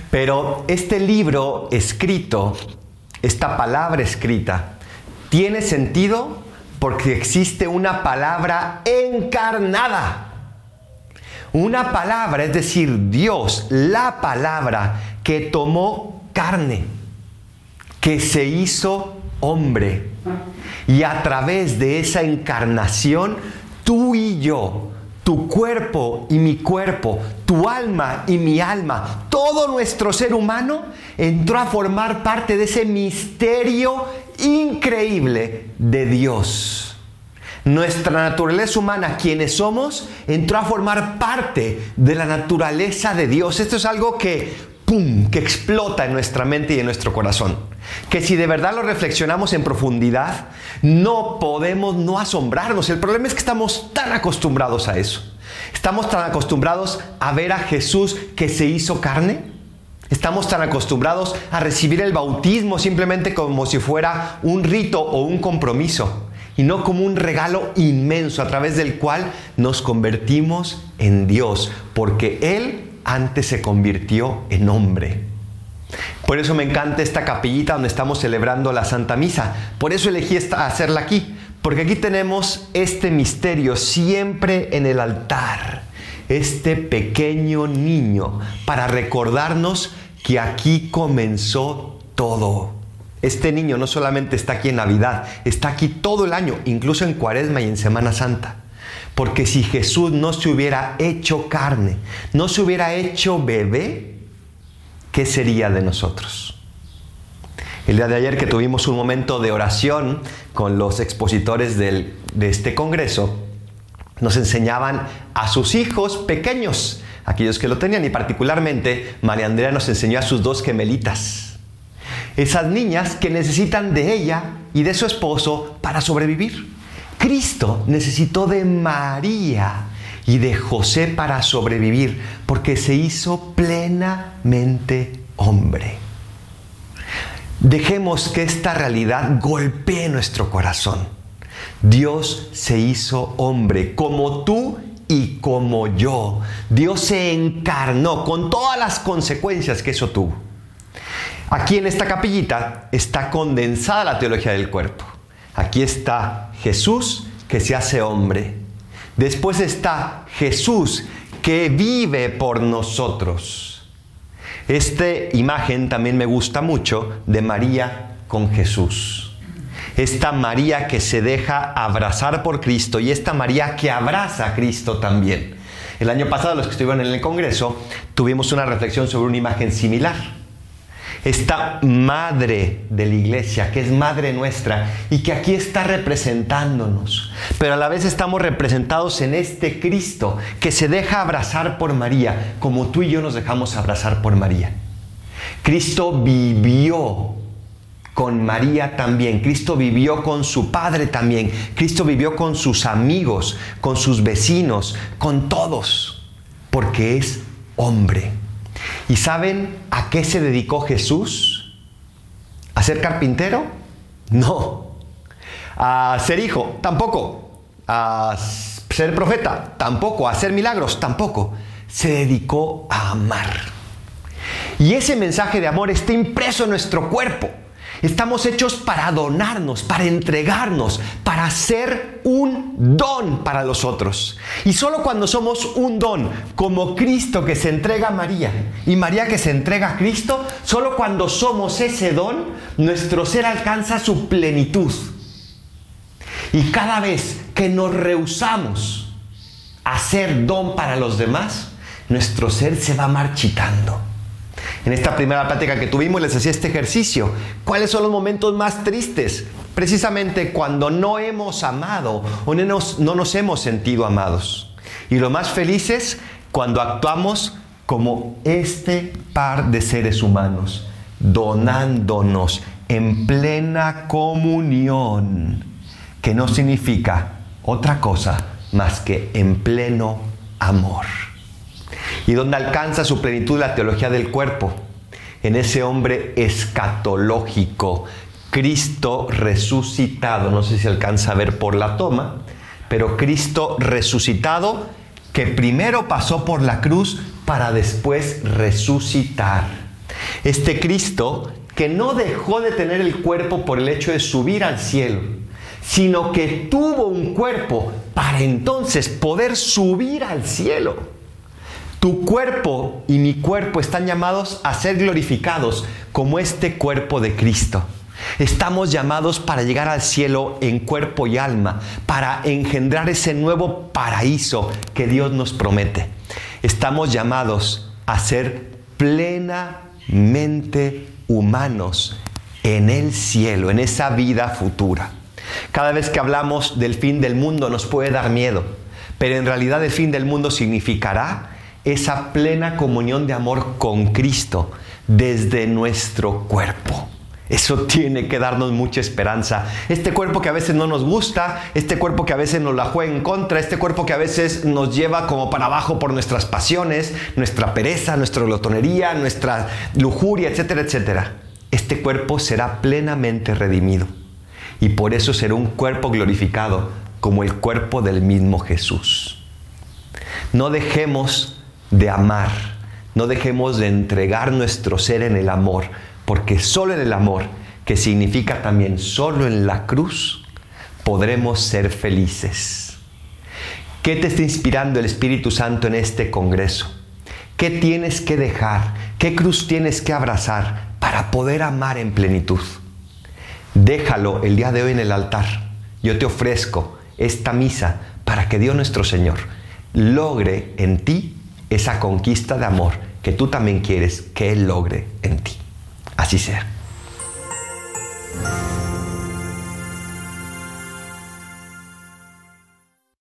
Pero este libro escrito, esta palabra escrita, tiene sentido porque existe una palabra encarnada. Una palabra, es decir, Dios, la palabra que tomó carne, que se hizo hombre. Y a través de esa encarnación, tú y yo, tu cuerpo y mi cuerpo, tu alma y mi alma, todo nuestro ser humano entró a formar parte de ese misterio increíble de Dios. Nuestra naturaleza humana, quienes somos, entró a formar parte de la naturaleza de Dios. Esto es algo que explota en nuestra mente y en nuestro corazón. Que si de verdad lo reflexionamos en profundidad, no podemos no asombrarnos. El problema es que estamos tan acostumbrados a eso. Estamos tan acostumbrados a ver a Jesús que se hizo carne. Estamos tan acostumbrados a recibir el bautismo simplemente como si fuera un rito o un compromiso, y no como un regalo inmenso a través del cual nos convertimos en Dios, porque Él antes se convirtió en hombre. Por eso me encanta esta capillita donde estamos celebrando la Santa Misa. Por eso elegí hacerla aquí, porque aquí tenemos este misterio siempre en el altar. Este pequeño niño, para recordarnos que aquí comenzó todo. Este niño no solamente está aquí en Navidad, está aquí todo el año, incluso en Cuaresma y en Semana Santa. Porque si Jesús no se hubiera hecho carne, no se hubiera hecho bebé, ¿qué sería de nosotros? El día de ayer que tuvimos un momento de oración con los expositores de este congreso, nos enseñaban a sus hijos pequeños, aquellos que lo tenían, y particularmente María Andrea nos enseñó a sus 2 gemelitas. Esas niñas que necesitan de ella y de su esposo para sobrevivir. Cristo necesitó de María y de José para sobrevivir, porque se hizo plenamente hombre. Dejemos que esta realidad golpee nuestro corazón. Dios se hizo hombre, como tú y como yo. Dios se encarnó con todas las consecuencias que eso tuvo. Aquí en esta capillita está condensada la teología del cuerpo. Aquí está Jesús que se hace hombre. Después está Jesús que vive por nosotros. Esta imagen también me gusta mucho de María con Jesús. Esta María que se deja abrazar por Cristo y esta María que abraza a Cristo también. El año pasado, los que estuvieron en el Congreso, tuvimos una reflexión sobre una imagen similar. Esta madre de la iglesia, que es madre nuestra y que aquí está representándonos, pero a la vez estamos representados en este Cristo que se deja abrazar por María, como tú y yo nos dejamos abrazar por María. Cristo vivió con María también, Cristo vivió con su Padre también, Cristo vivió con sus amigos, con sus vecinos, con todos, porque es hombre. ¿Y saben a qué se dedicó Jesús? ¿A ser carpintero? No. ¿A ser hijo? Tampoco. ¿A ser profeta? Tampoco. ¿A hacer milagros? Tampoco. Se dedicó a amar. Y ese mensaje de amor está impreso en nuestro cuerpo. Estamos hechos para donarnos, para entregarnos, para ser un don para los otros. Y solo cuando somos un don, como Cristo que se entrega a María y María que se entrega a Cristo, solo cuando somos ese don, nuestro ser alcanza su plenitud. Y cada vez que nos rehusamos a ser don para los demás, nuestro ser se va marchitando. En esta primera plática que tuvimos les hacía este ejercicio. ¿Cuáles son los momentos más tristes? Precisamente cuando no hemos amado o no nos hemos sentido amados. Y lo más felices cuando actuamos como este par de seres humanos, donándonos en plena comunión, que no significa otra cosa más que en pleno amor. ¿Y dónde alcanza su plenitud la teología del cuerpo? En ese hombre escatológico, Cristo resucitado. No sé si alcanza a ver por la toma, pero Cristo resucitado que primero pasó por la cruz para después resucitar. Este Cristo que no dejó de tener el cuerpo por el hecho de subir al cielo, sino que tuvo un cuerpo para entonces poder subir al cielo. Tu cuerpo y mi cuerpo están llamados a ser glorificados como este cuerpo de Cristo. Estamos llamados para llegar al cielo en cuerpo y alma, para engendrar ese nuevo paraíso que Dios nos promete. Estamos llamados a ser plenamente humanos en el cielo, en esa vida futura. Cada vez que hablamos del fin del mundo nos puede dar miedo, pero en realidad el fin del mundo significará esa plena comunión de amor con Cristo desde nuestro cuerpo. Eso tiene que darnos mucha esperanza. Este cuerpo que a veces no nos gusta, este cuerpo que a veces nos la juega en contra, este cuerpo que a veces nos lleva como para abajo por nuestras pasiones, nuestra pereza, nuestra glotonería, nuestra lujuria, etcétera, etcétera. Este cuerpo será plenamente redimido y por eso será un cuerpo glorificado como el cuerpo del mismo Jesús. No dejemos de amar, no dejemos de entregar nuestro ser en el amor, porque solo en el amor, que significa también solo en la cruz, podremos ser felices. ¿Qué te está inspirando el Espíritu Santo en este congreso? ¿Qué tienes que dejar? ¿Qué cruz tienes que abrazar para poder amar en plenitud? Déjalo el día de hoy en el altar. Yo te ofrezco esta misa para que Dios nuestro Señor logre en ti esa conquista de amor que tú también quieres que Él logre en ti. Así sea.